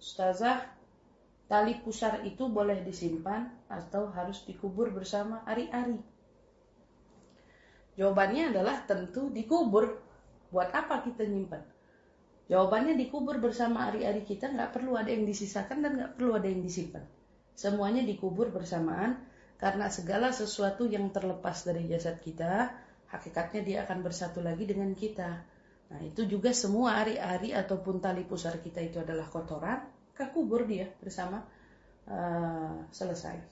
Ustazah, tali pusar itu boleh disimpan atau harus dikubur bersama ari-ari? Jawabannya adalah tentu dikubur. Buat apa kita nyimpan? Jawabannya dikubur bersama ari-ari kita, nggak perlu ada yang disisakan dan nggak perlu ada yang disimpan. Semuanya dikubur bersamaan, karena segala sesuatu yang terlepas dari jasad kita, hakikatnya dia akan bersatu lagi dengan kita. Nah, itu juga semua ari-ari ataupun tali pusar kita itu adalah kotoran, kita kubur dia bersama, selesai.